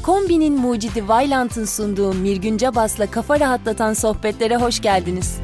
Kombinin mucidi Vailant'ın sunduğu Mirgün Bas'la kafa rahatlatan sohbetlere hoş geldiniz.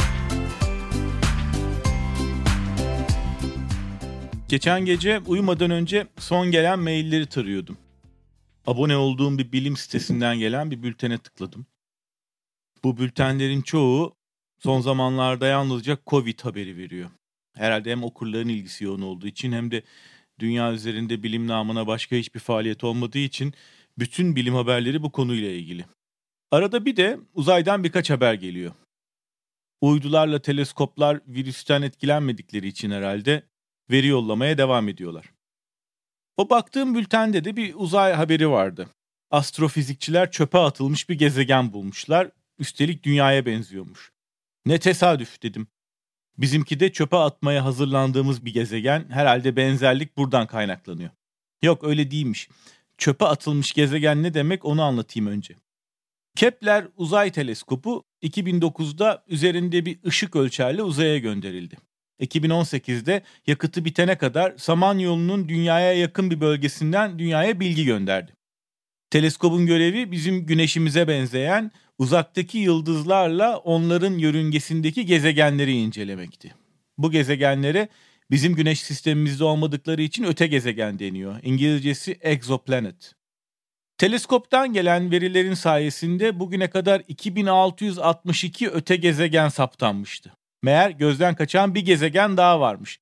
Geçen gece uyumadan önce son gelen mailleri tarıyordum. Abone olduğum bir bilim sitesinden gelen bir bültene tıkladım. Bu bültenlerin çoğu son zamanlarda yalnızca Covid haberi veriyor. Herhalde hem okurların ilgisi yoğun olduğu için hem de dünya üzerinde bilim namına başka hiçbir faaliyet olmadığı için bütün bilim haberleri bu konuyla ilgili. Arada bir de uzaydan birkaç haber geliyor. Uydularla teleskoplar virüsten etkilenmedikleri için herhalde veri yollamaya devam ediyorlar. O baktığım bültende de bir uzay haberi vardı. Astrofizikçiler çöpe atılmış bir gezegen bulmuşlar. Üstelik dünyaya benziyormuş. Ne tesadüf dedim. Bizimki de çöpe atmaya hazırlandığımız bir gezegen. Herhalde benzerlik buradan kaynaklanıyor. Yok öyle değilmiş. Çöpe atılmış gezegen ne demek onu anlatayım önce. Kepler Uzay Teleskopu 2009'da üzerinde bir ışık ölçerle uzaya gönderildi. 2018'de yakıtı bitene kadar Samanyolu'nun dünyaya yakın bir bölgesinden dünyaya bilgi gönderdi. Teleskopun görevi bizim güneşimize benzeyen uzaktaki yıldızlarla onların yörüngesindeki gezegenleri incelemekti. Bu gezegenlere bizim güneş sistemimizde olmadıkları için öte gezegen deniyor. İngilizcesi exoplanet. Teleskoptan gelen verilerin sayesinde bugüne kadar 2662 öte gezegen saptanmıştı. Meğer gözden kaçan bir gezegen daha varmış.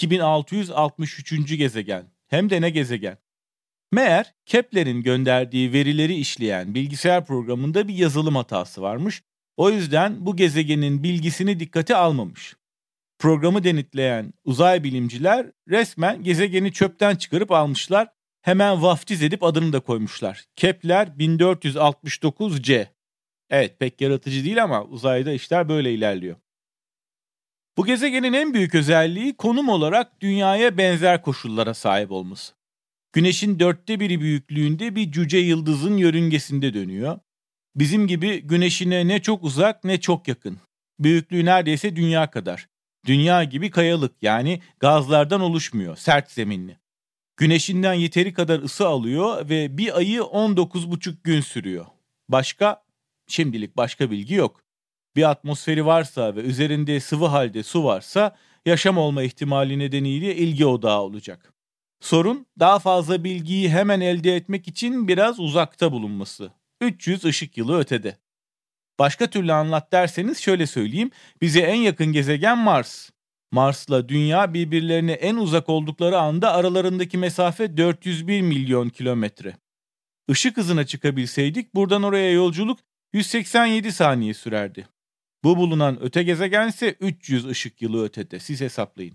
2663. gezegen. Hem de ne gezegen? Meğer Kepler'in gönderdiği verileri işleyen bilgisayar programında bir yazılım hatası varmış. O yüzden bu gezegenin bilgisini dikkate almamış. Programı denetleyen uzay bilimciler resmen gezegeni çöpten çıkarıp almışlar. Hemen vaftiz edip adını da koymuşlar. Kepler 1469c. Evet, pek yaratıcı değil ama uzayda işler böyle ilerliyor. Bu gezegenin en büyük özelliği konum olarak dünyaya benzer koşullara sahip olması. Güneşin 1/4 büyüklüğünde bir cüce yıldızın yörüngesinde dönüyor. Bizim gibi güneşine ne çok uzak ne çok yakın. Büyüklüğü neredeyse dünya kadar. Dünya gibi kayalık, yani gazlardan oluşmuyor, sert zeminli. Güneşinden yeteri kadar ısı alıyor ve bir ayı 19,5 gün sürüyor. Şimdilik başka bilgi yok. Bir atmosferi varsa ve üzerinde sıvı halde su varsa yaşam olma ihtimali nedeniyle ilgi odağı olacak. Sorun daha fazla bilgiyi hemen elde etmek için biraz uzakta bulunması. 300 ışık yılı ötede. Başka türlü anlat derseniz şöyle söyleyeyim. Bize en yakın gezegen Mars. Mars'la Dünya birbirlerine en uzak oldukları anda aralarındaki mesafe 401 milyon kilometre. Işık hızına çıkabilseydik buradan oraya yolculuk 187 saniye sürerdi. Bu bulunan öte gezegen ise 300 ışık yılı ötede. Siz hesaplayın.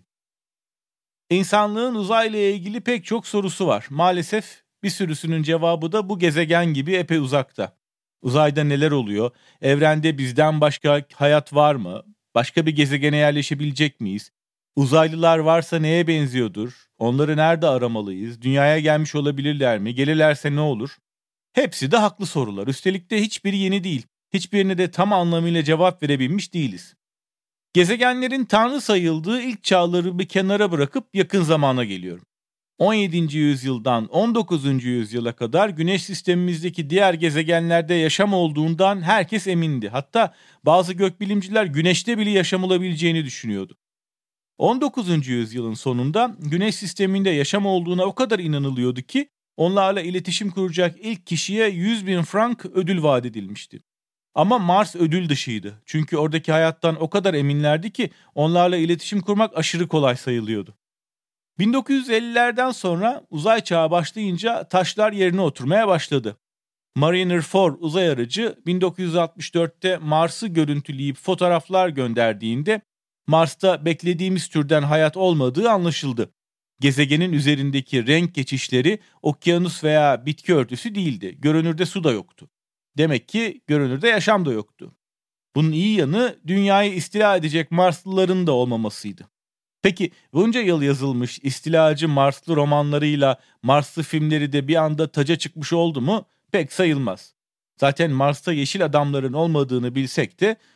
İnsanlığın uzayla ilgili pek çok sorusu var. Maalesef bir sürüsünün cevabı da bu gezegen gibi epey uzakta. Uzayda neler oluyor? Evrende bizden başka hayat var mı? Başka bir gezegene yerleşebilecek miyiz? Uzaylılar varsa neye benziyordur? Onları nerede aramalıyız? Dünyaya gelmiş olabilirler mi? Gelirlerse ne olur? Hepsi de haklı sorular. Üstelik de hiçbiri yeni değil. Hiçbirine de tam anlamıyla cevap verebilmiş değiliz. Gezegenlerin tanrı sayıldığı ilk çağları bir kenara bırakıp yakın zamana geliyorum. 17. yüzyıldan 19. yüzyıla kadar Güneş sistemimizdeki diğer gezegenlerde yaşam olduğundan herkes emindi. Hatta bazı gökbilimciler Güneş'te bile yaşam olabileceğini düşünüyordu. 19. yüzyılın sonunda Güneş sisteminde yaşam olduğuna o kadar inanılıyordu ki onlarla iletişim kuracak ilk kişiye 100.000 frank ödül vaat edilmişti. Ama Mars ödül dışıydı. Çünkü oradaki hayattan o kadar eminlerdi ki onlarla iletişim kurmak aşırı kolay sayılıyordu. 1950'lerden sonra uzay çağı başlayınca taşlar yerine oturmaya başladı. Mariner 4 uzay aracı 1964'te Mars'ı görüntüleyip fotoğraflar gönderdiğinde Mars'ta beklediğimiz türden hayat olmadığı anlaşıldı. Gezegenin üzerindeki renk geçişleri okyanus veya bitki örtüsü değildi. Görünürde su da yoktu. Demek ki görünürde yaşam da yoktu. Bunun iyi yanı dünyayı istila edecek Marslıların da olmamasıydı. Peki bunca yıl yazılmış istilacı Marslı romanlarıyla Marslı filmleri de bir anda taca çıkmış oldu mu? Pek sayılmaz. Zaten Mars'ta yeşil adamların olmadığını bilsek de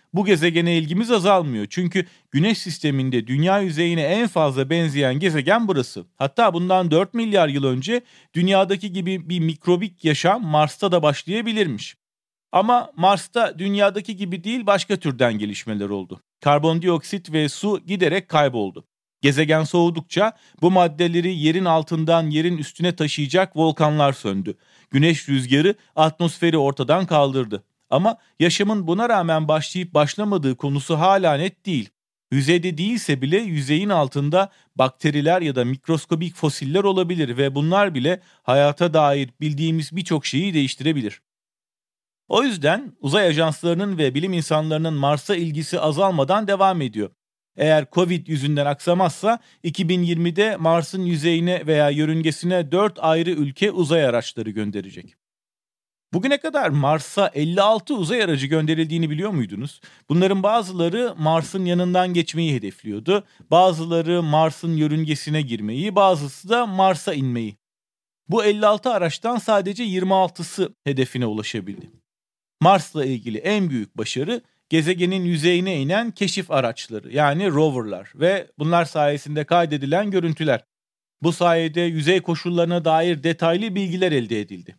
bu gezegene ilgimiz azalmıyor. Çünkü Güneş sisteminde dünya yüzeyine en fazla benzeyen gezegen burası. Hatta bundan 4 milyar yıl önce dünyadaki gibi bir mikrobik yaşam Mars'ta da başlayabilirmiş. Ama Mars'ta dünyadaki gibi değil, başka türden gelişmeler oldu. Karbondioksit ve su giderek kayboldu. Gezegen soğudukça bu maddeleri yerin altından yerin üstüne taşıyacak volkanlar söndü. Güneş rüzgarı atmosferi ortadan kaldırdı. Ama yaşamın buna rağmen başlayıp başlamadığı konusu hala net değil. Yüzeyde değilse bile yüzeyin altında bakteriler ya da mikroskobik fosiller olabilir ve bunlar bile hayata dair bildiğimiz birçok şeyi değiştirebilir. O yüzden uzay ajanslarının ve bilim insanlarının Mars'a ilgisi azalmadan devam ediyor. Eğer Covid yüzünden aksamazsa 2020'de Mars'ın yüzeyine veya yörüngesine 4 ayrı ülke uzay araçları gönderecek. Bugüne kadar Mars'a 56 uzay aracı gönderildiğini biliyor muydunuz? Bunların bazıları Mars'ın yanından geçmeyi hedefliyordu. Bazıları Mars'ın yörüngesine girmeyi, bazısı da Mars'a inmeyi. Bu 56 araçtan sadece 26'sı hedefine ulaşabildi. Mars'la ilgili en büyük başarı gezegenin yüzeyine inen keşif araçları, yani roverlar ve bunlar sayesinde kaydedilen görüntüler. Bu sayede yüzey koşullarına dair detaylı bilgiler elde edildi.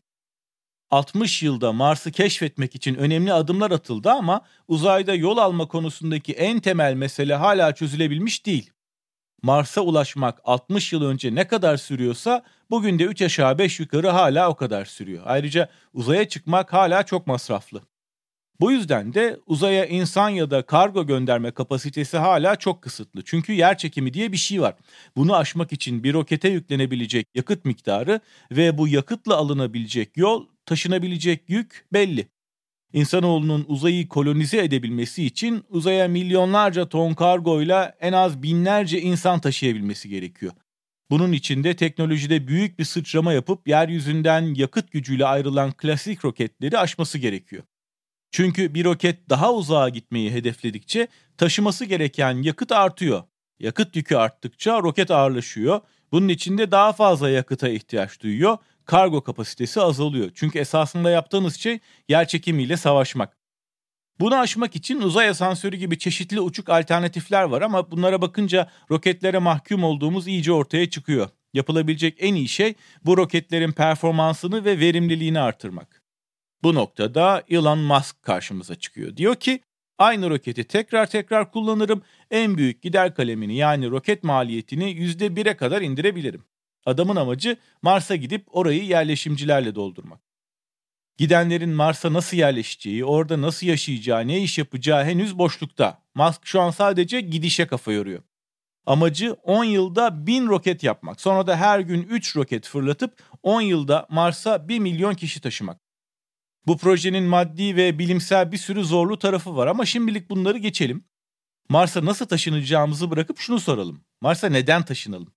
60 yılda Mars'ı keşfetmek için önemli adımlar atıldı ama uzayda yol alma konusundaki en temel mesele hala çözülebilmiş değil. Mars'a ulaşmak 60 yıl önce ne kadar sürüyorsa bugün de 3 aşağı 5 yukarı hala o kadar sürüyor. Ayrıca uzaya çıkmak hala çok masraflı. Bu yüzden de uzaya insan ya da kargo gönderme kapasitesi hala çok kısıtlı. Çünkü yer çekimi diye bir şey var. Bunu aşmak için bir rokete yüklenebilecek yakıt miktarı ve bu yakıtla alınabilecek yol, taşınabilecek yük belli. İnsanoğlunun uzayı kolonize edebilmesi için uzaya milyonlarca ton kargoyla en az binlerce insan taşıyabilmesi gerekiyor. Bunun için de teknolojide büyük bir sıçrama yapıp yeryüzünden yakıt gücüyle ayrılan klasik roketleri aşması gerekiyor. Çünkü bir roket daha uzağa gitmeyi hedefledikçe taşıması gereken yakıt artıyor. Yakıt yükü arttıkça roket ağırlaşıyor. Bunun için de daha fazla yakıta ihtiyaç duyuyor. Kargo kapasitesi azalıyor. Çünkü esasında yaptığınız şey yerçekimiyle savaşmak. Bunu aşmak için uzay asansörü gibi çeşitli uçuk alternatifler var ama bunlara bakınca roketlere mahkum olduğumuz iyice ortaya çıkıyor. Yapılabilecek en iyi şey bu roketlerin performansını ve verimliliğini artırmak. Bu noktada Elon Musk karşımıza çıkıyor. Diyor ki aynı roketi tekrar kullanırım, en büyük gider kalemini yani roket maliyetini %1'e kadar indirebilirim. Adamın amacı Mars'a gidip orayı yerleşimcilerle doldurmak. Gidenlerin Mars'a nasıl yerleşeceği, orada nasıl yaşayacağı, ne iş yapacağı henüz boşlukta. Musk şu an sadece gidişe kafa yoruyor. Amacı 10 yılda 1000 roket yapmak. Sonra da her gün 3 roket fırlatıp 10 yılda Mars'a 1 milyon kişi taşımak. Bu projenin maddi ve bilimsel bir sürü zorlu tarafı var ama şimdilik bunları geçelim. Mars'a nasıl taşınacağımızı bırakıp şunu soralım. Mars'a neden taşınalım?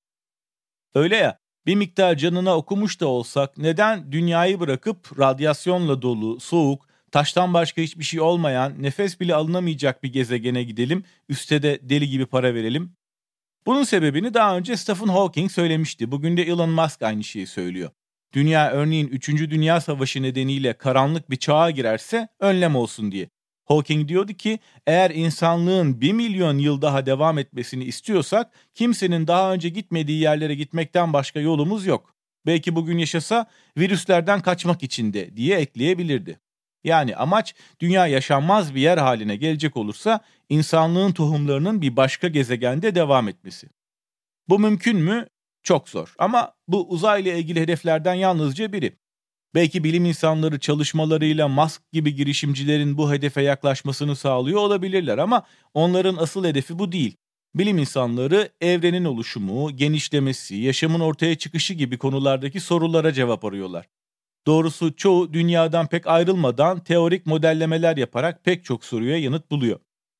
Öyle ya, bir miktar canına okumuş da olsak neden dünyayı bırakıp radyasyonla dolu, soğuk, taştan başka hiçbir şey olmayan, nefes bile alınamayacak bir gezegene gidelim, üste de deli gibi para verelim? Bunun sebebini daha önce Stephen Hawking söylemişti. Bugün de Elon Musk aynı şeyi söylüyor. Dünya örneğin 3. Dünya Savaşı nedeniyle karanlık bir çağa girerse önlem olsun diye. Hawking diyordu ki eğer insanlığın 1 milyon yıl daha devam etmesini istiyorsak kimsenin daha önce gitmediği yerlere gitmekten başka yolumuz yok. Belki bugün yaşasa virüslerden kaçmak için de diye ekleyebilirdi. Yani amaç dünya yaşanmaz bir yer haline gelecek olursa insanlığın tohumlarının bir başka gezegende devam etmesi. Bu mümkün mü? Çok zor ama bu uzayla ilgili hedeflerden yalnızca biri. Belki bilim insanları çalışmalarıyla Musk gibi girişimcilerin bu hedefe yaklaşmasını sağlıyor olabilirler ama onların asıl hedefi bu değil. Bilim insanları evrenin oluşumu, genişlemesi, yaşamın ortaya çıkışı gibi konulardaki sorulara cevap arıyorlar. Doğrusu çoğu dünyadan pek ayrılmadan teorik modellemeler yaparak pek çok soruya yanıt buluyor.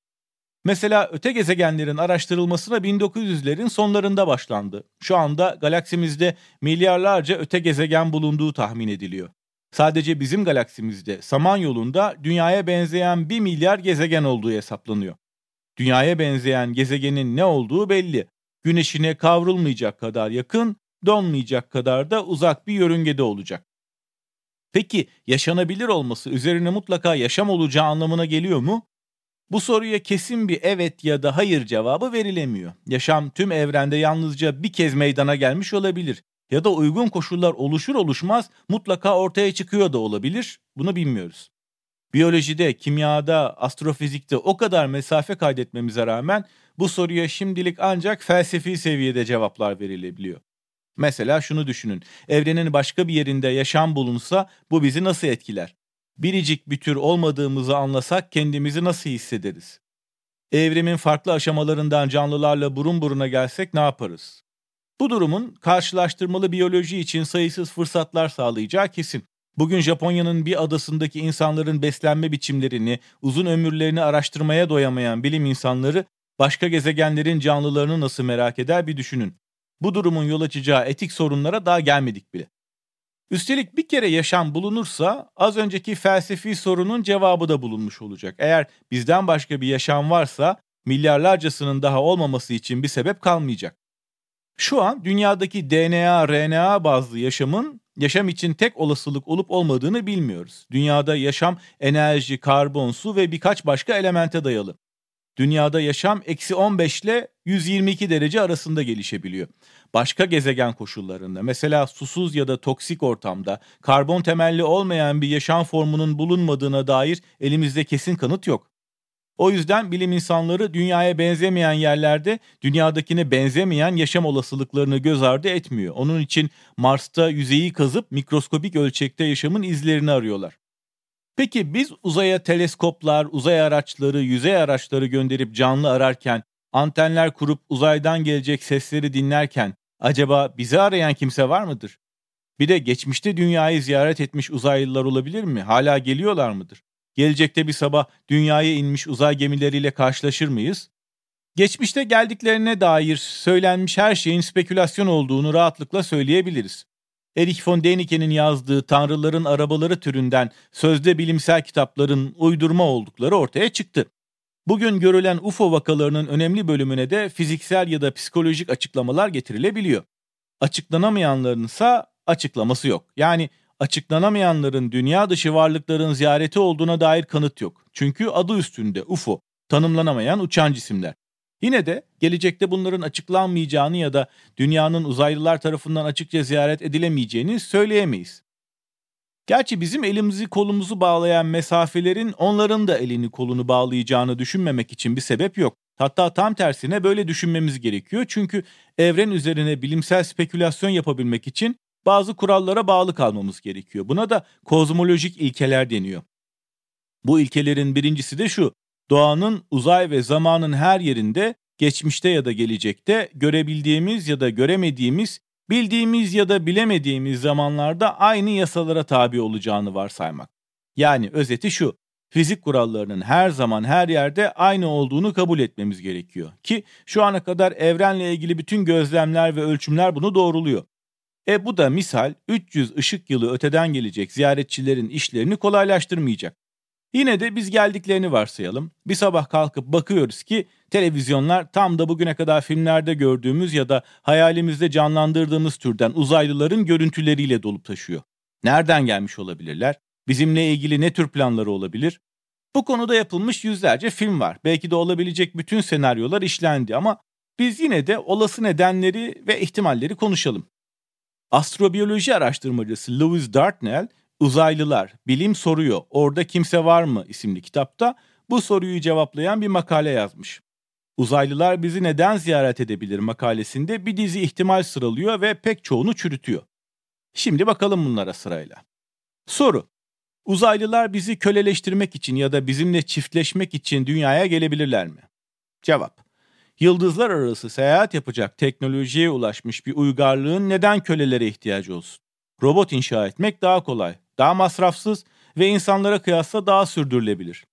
Mesela öte gezegenlerin araştırılmasına 1900'lerin sonlarında başlandı. Şu anda galaksimizde milyarlarca öte gezegen bulunduğu tahmin ediliyor. Sadece bizim galaksimizde Samanyolu'nda dünyaya benzeyen 1 milyar gezegen olduğu hesaplanıyor. Dünyaya benzeyen gezegenin ne olduğu belli. Güneşine kavrulmayacak kadar yakın, donmayacak kadar da uzak bir yörüngede olacak. Peki yaşanabilir olması üzerine mutlaka yaşam olacağı anlamına geliyor mu? Bu soruya kesin bir evet ya da hayır cevabı verilemiyor. Yaşam tüm evrende yalnızca bir kez meydana gelmiş olabilir. Ya da uygun koşullar oluşur oluşmaz mutlaka ortaya çıkıyor da olabilir. Bunu bilmiyoruz. Biyolojide, kimyada, astrofizikte o kadar mesafe kaydetmemize rağmen bu soruya şimdilik ancak felsefi seviyede cevaplar verilebiliyor. Mesela şunu düşünün. Evrenin başka bir yerinde yaşam bulunsa bu bizi nasıl etkiler? Biricik bir tür olmadığımızı anlasak kendimizi nasıl hissederiz? Evrimin farklı aşamalarından canlılarla burun buruna gelsek ne yaparız? Bu durumun karşılaştırmalı biyoloji için sayısız fırsatlar sağlayacağı kesin. Bugün Japonya'nın bir adasındaki insanların beslenme biçimlerini, uzun ömürlerini araştırmaya doyamayan bilim insanları başka gezegenlerin canlılarını nasıl merak eder bir düşünün. Bu durumun yol açacağı etik sorunlara daha gelmedik bile. Üstelik bir kere yaşam bulunursa az önceki felsefi sorunun cevabı da bulunmuş olacak. Eğer bizden başka bir yaşam varsa milyarlarcasının daha olmaması için bir sebep kalmayacak. Şu an dünyadaki DNA, RNA bazlı yaşam için tek olasılık olup olmadığını bilmiyoruz. Dünyada yaşam enerji, karbon, su ve birkaç başka elemente dayalı. Dünyada yaşam -15 ile 122 derece arasında gelişebiliyor. Başka gezegen koşullarında, mesela susuz ya da toksik ortamda karbon temelli olmayan bir yaşam formunun bulunmadığına dair elimizde kesin kanıt yok. O yüzden bilim insanları dünyaya benzemeyen yerlerde dünyadakine benzemeyen yaşam olasılıklarını göz ardı etmiyor. Onun için Mars'ta yüzeyi kazıp mikroskobik ölçekte yaşamın izlerini arıyorlar. Peki biz uzaya teleskoplar, uzay araçları, yüzey araçları gönderip canlı ararken, antenler kurup uzaydan gelecek sesleri dinlerken acaba bizi arayan kimse var mıdır? Bir de geçmişte dünyayı ziyaret etmiş uzaylılar olabilir mi? Hala geliyorlar mıdır? Gelecekte bir sabah dünyaya inmiş uzay gemileriyle karşılaşır mıyız? Geçmişte geldiklerine dair söylenmiş her şeyin spekülasyon olduğunu rahatlıkla söyleyebiliriz. Erich von Däniken'in yazdığı Tanrıların Arabaları türünden sözde bilimsel kitapların uydurma oldukları ortaya çıktı. Bugün görülen UFO vakalarının önemli bölümüne de fiziksel ya da psikolojik açıklamalar getirilebiliyor. Açıklanamayanların ise açıklaması yok. Yani açıklanamayanların dünya dışı varlıkların ziyareti olduğuna dair kanıt yok. Çünkü adı üstünde UFO, tanımlanamayan uçan cisimler. Yine de gelecekte bunların açıklanmayacağını ya da dünyanın uzaylılar tarafından açıkça ziyaret edilemeyeceğini söyleyemeyiz. Gerçi bizim elimizi kolumuzu bağlayan mesafelerin onların da elini kolunu bağlayacağını düşünmemek için bir sebep yok. Hatta tam tersine böyle düşünmemiz gerekiyor. Çünkü evren üzerine bilimsel spekülasyon yapabilmek için bazı kurallara bağlı kalmamız gerekiyor. Buna da kozmolojik ilkeler deniyor. Bu ilkelerin birincisi de şu: doğanın uzay ve zamanın her yerinde, geçmişte ya da gelecekte görebildiğimiz ya da göremediğimiz, bildiğimiz ya da bilemediğimiz zamanlarda aynı yasalara tabi olacağını varsaymak. Yani özeti şu: fizik kurallarının her zaman her yerde aynı olduğunu kabul etmemiz gerekiyor. Ki şu ana kadar evrenle ilgili bütün gözlemler ve ölçümler bunu doğruluyor. Bu da misal 300 ışık yılı öteden gelecek ziyaretçilerin işlerini kolaylaştırmayacak. Yine de biz geldiklerini varsayalım. Bir sabah kalkıp bakıyoruz ki televizyonlar tam da bugüne kadar filmlerde gördüğümüz ya da hayalimizde canlandırdığımız türden uzaylıların görüntüleriyle dolup taşıyor. Nereden gelmiş olabilirler? Bizimle ilgili ne tür planları olabilir? Bu konuda yapılmış yüzlerce film var. Belki de olabilecek bütün senaryolar işlendi ama biz yine de olası nedenleri ve ihtimalleri konuşalım. Astrobiyoloji araştırmacısı Lewis Dartnell, "Uzaylılar, Bilim Soruyor, Orada Kimse Var mı?" isimli kitapta bu soruyu cevaplayan bir makale yazmış. "Uzaylılar bizi neden ziyaret edebilir?" makalesinde bir dizi ihtimal sıralıyor ve pek çoğunu çürütüyor. Şimdi bakalım bunlara sırayla. Soru: uzaylılar bizi köleleştirmek için ya da bizimle çiftleşmek için dünyaya gelebilirler mi? Cevap: yıldızlar arası seyahat yapacak teknolojiye ulaşmış bir uygarlığın neden kölelere ihtiyacı olsun? Robot inşa etmek daha kolay, daha masrafsız ve insanlara kıyasla daha sürdürülebilir.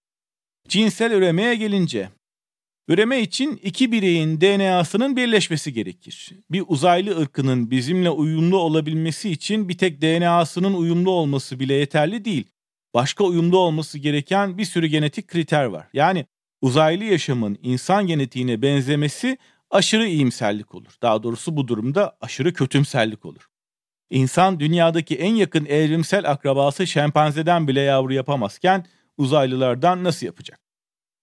Cinsel üremeye gelince, üreme için iki bireyin DNA'sının birleşmesi gerekir. Bir uzaylı ırkının bizimle uyumlu olabilmesi için bir tek DNA'sının uyumlu olması bile yeterli değil. Başka uyumlu olması gereken bir sürü genetik kriter var. Yani uzaylı yaşamın insan genetiğine benzemesi aşırı iyimserlik olur. Daha doğrusu bu durumda aşırı kötümserlik olur. İnsan dünyadaki en yakın evrimsel akrabası şempanzeden bile yavru yapamazken uzaylılardan nasıl yapacak?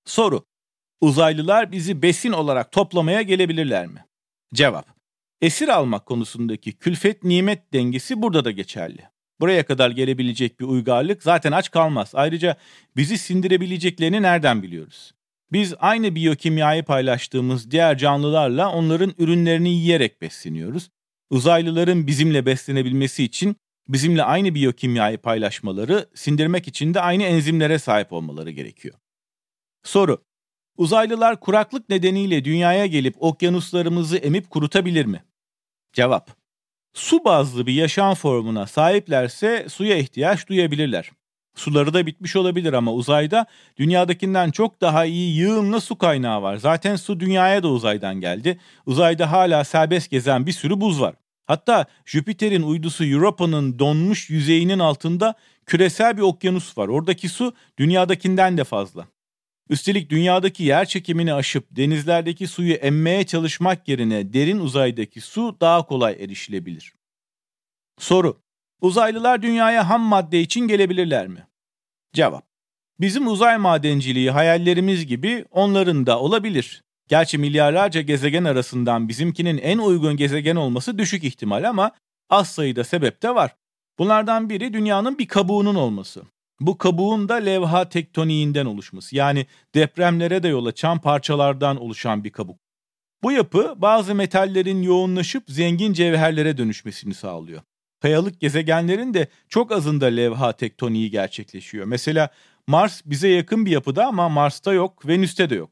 Soru: Uzaylılar bizi besin olarak toplamaya gelebilirler mi? Cevap: Esir almak konusundaki külfet-nimet dengesi burada da geçerli. Buraya kadar gelebilecek bir uygarlık zaten aç kalmaz. Ayrıca bizi sindirebileceklerini nereden biliyoruz? Biz aynı biyokimyayı paylaştığımız diğer canlılarla onların ürünlerini yiyerek besleniyoruz. Uzaylıların bizimle beslenebilmesi için bizimle aynı biyokimyayı paylaşmaları, sindirmek için de aynı enzimlere sahip olmaları gerekiyor. Soru: Uzaylılar kuraklık nedeniyle dünyaya gelip okyanuslarımızı emip kurutabilir mi? Cevap: Su bazlı bir yaşam formuna sahiplerse suya ihtiyaç duyabilirler. Suları da bitmiş olabilir ama uzayda dünyadakinden çok daha iyi yığınla su kaynağı var. Zaten su dünyaya da uzaydan geldi. Uzayda hala serbest gezen bir sürü buz var. Hatta Jüpiter'in uydusu Europa'nın donmuş yüzeyinin altında küresel bir okyanus var. Oradaki su dünyadakinden de fazla. Üstelik dünyadaki yer çekimini aşıp denizlerdeki suyu emmeye çalışmak yerine derin uzaydaki su daha kolay erişilebilir. Soru: Uzaylılar dünyaya ham madde için gelebilirler mi? Cevap: Bizim uzay madenciliği hayallerimiz gibi onların da olabilir. Gerçi milyarlarca gezegen arasından bizimkinin en uygun gezegen olması düşük ihtimal ama az sayıda sebep de var. Bunlardan biri dünyanın bir kabuğunun olması. Bu kabuğun da levha tektoniğinden oluşması, yani depremlere de yol açan parçalardan oluşan bir kabuk. Bu yapı bazı metallerin yoğunlaşıp zengin cevherlere dönüşmesini sağlıyor. Kayalık gezegenlerin de çok azında levha tektoniği gerçekleşiyor. Mesela Mars bize yakın bir yapıda ama Mars'ta yok, Venüs'te de yok.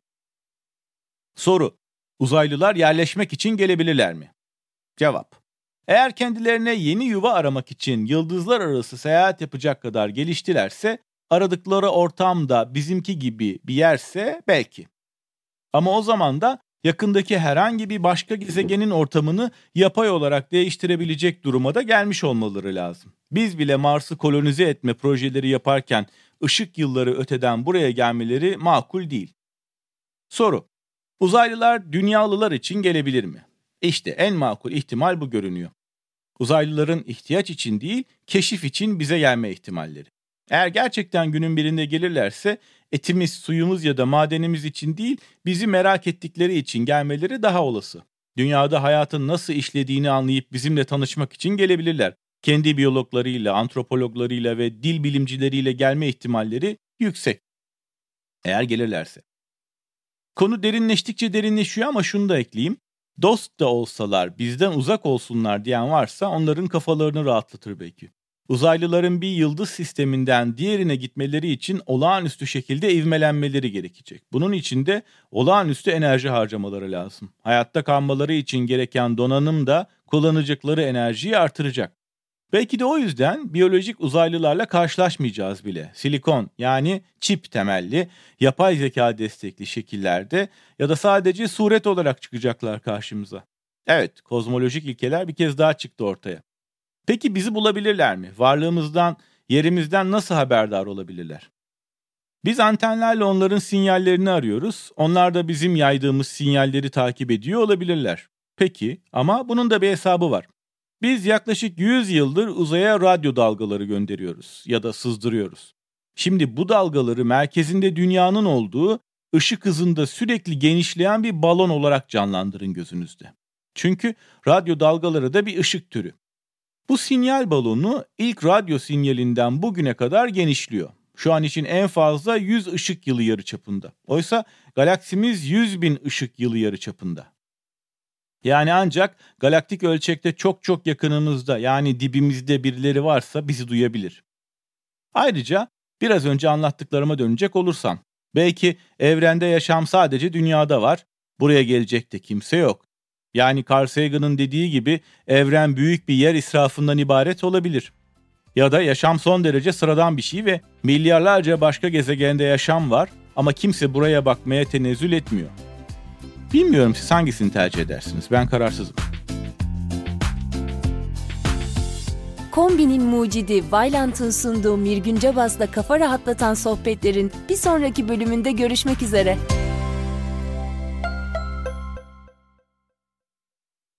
Soru: Uzaylılar yerleşmek için gelebilirler mi? Cevap: Eğer kendilerine yeni yuva aramak için yıldızlar arası seyahat yapacak kadar geliştilerse, aradıkları ortam da bizimki gibi bir yerse belki. Ama o zaman da yakındaki herhangi bir başka gezegenin ortamını yapay olarak değiştirebilecek duruma da gelmiş olmaları lazım. Biz bile Mars'ı kolonize etme projeleri yaparken ışık yılları öteden buraya gelmeleri makul değil. Soru: Uzaylılar dünyalılar için gelebilir mi? İşte en makul ihtimal bu görünüyor. Uzaylıların ihtiyaç için değil, keşif için bize gelme ihtimalleri. Eğer gerçekten günün birinde gelirlerse etimiz, suyumuz ya da madenimiz için değil, bizi merak ettikleri için gelmeleri daha olası. Dünyada hayatın nasıl işlediğini anlayıp bizimle tanışmak için gelebilirler. Kendi biyologlarıyla, antropologlarıyla ve dil bilimcileriyle gelme ihtimalleri yüksek. Eğer gelirlerse. Konu derinleştikçe derinleşiyor ama şunu da ekleyeyim. Dost da olsalar bizden uzak olsunlar diyen varsa onların kafalarını rahatlatır belki. Uzaylıların bir yıldız sisteminden diğerine gitmeleri için olağanüstü şekilde ivmelenmeleri gerekecek. Bunun için de olağanüstü enerji harcamaları lazım. Hayatta kalmaları için gereken donanım da kullanacakları enerjiyi artıracak. Belki de o yüzden biyolojik uzaylılarla karşılaşmayacağız bile. Silikon, yani çip temelli, yapay zeka destekli şekillerde ya da sadece suret olarak çıkacaklar karşımıza. Evet, kozmolojik ilkeler bir kez daha çıktı ortaya. Peki bizi bulabilirler mi? Varlığımızdan, yerimizden nasıl haberdar olabilirler? Biz antenlerle onların sinyallerini arıyoruz. Onlar da bizim yaydığımız sinyalleri takip ediyor olabilirler. Peki, ama bunun da bir hesabı var. Biz yaklaşık 100 yıldır uzaya radyo dalgaları gönderiyoruz ya da sızdırıyoruz. Şimdi bu dalgaları merkezinde dünyanın olduğu, ışık hızında sürekli genişleyen bir balon olarak canlandırın gözünüzde. Çünkü radyo dalgaları da bir ışık türü. Bu sinyal balonu ilk radyo sinyalinden bugüne kadar genişliyor. Şu an için en fazla 100 ışık yılı yarıçapında. Oysa galaksimiz 100.000 ışık yılı yarıçapında. Yani ancak galaktik ölçekte çok çok yakınımızda, yani dibimizde birileri varsa bizi duyabilir. Ayrıca biraz önce anlattıklarıma dönecek olursam, belki evrende yaşam sadece dünyada var, buraya gelecek de kimse yok. Yani Carl Sagan'ın dediği gibi evren büyük bir yer israfından ibaret olabilir. Ya da yaşam son derece sıradan bir şey ve milyarlarca başka gezegende yaşam var ama kimse buraya bakmaya tenezzül etmiyor. Bilmiyorum siz hangisini tercih edersiniz? Ben kararsızım. Kombinin mucidi Vailant'ın sunduğu Mirgün Cabas'la kafa rahatlatan sohbetlerin bir sonraki bölümünde görüşmek üzere.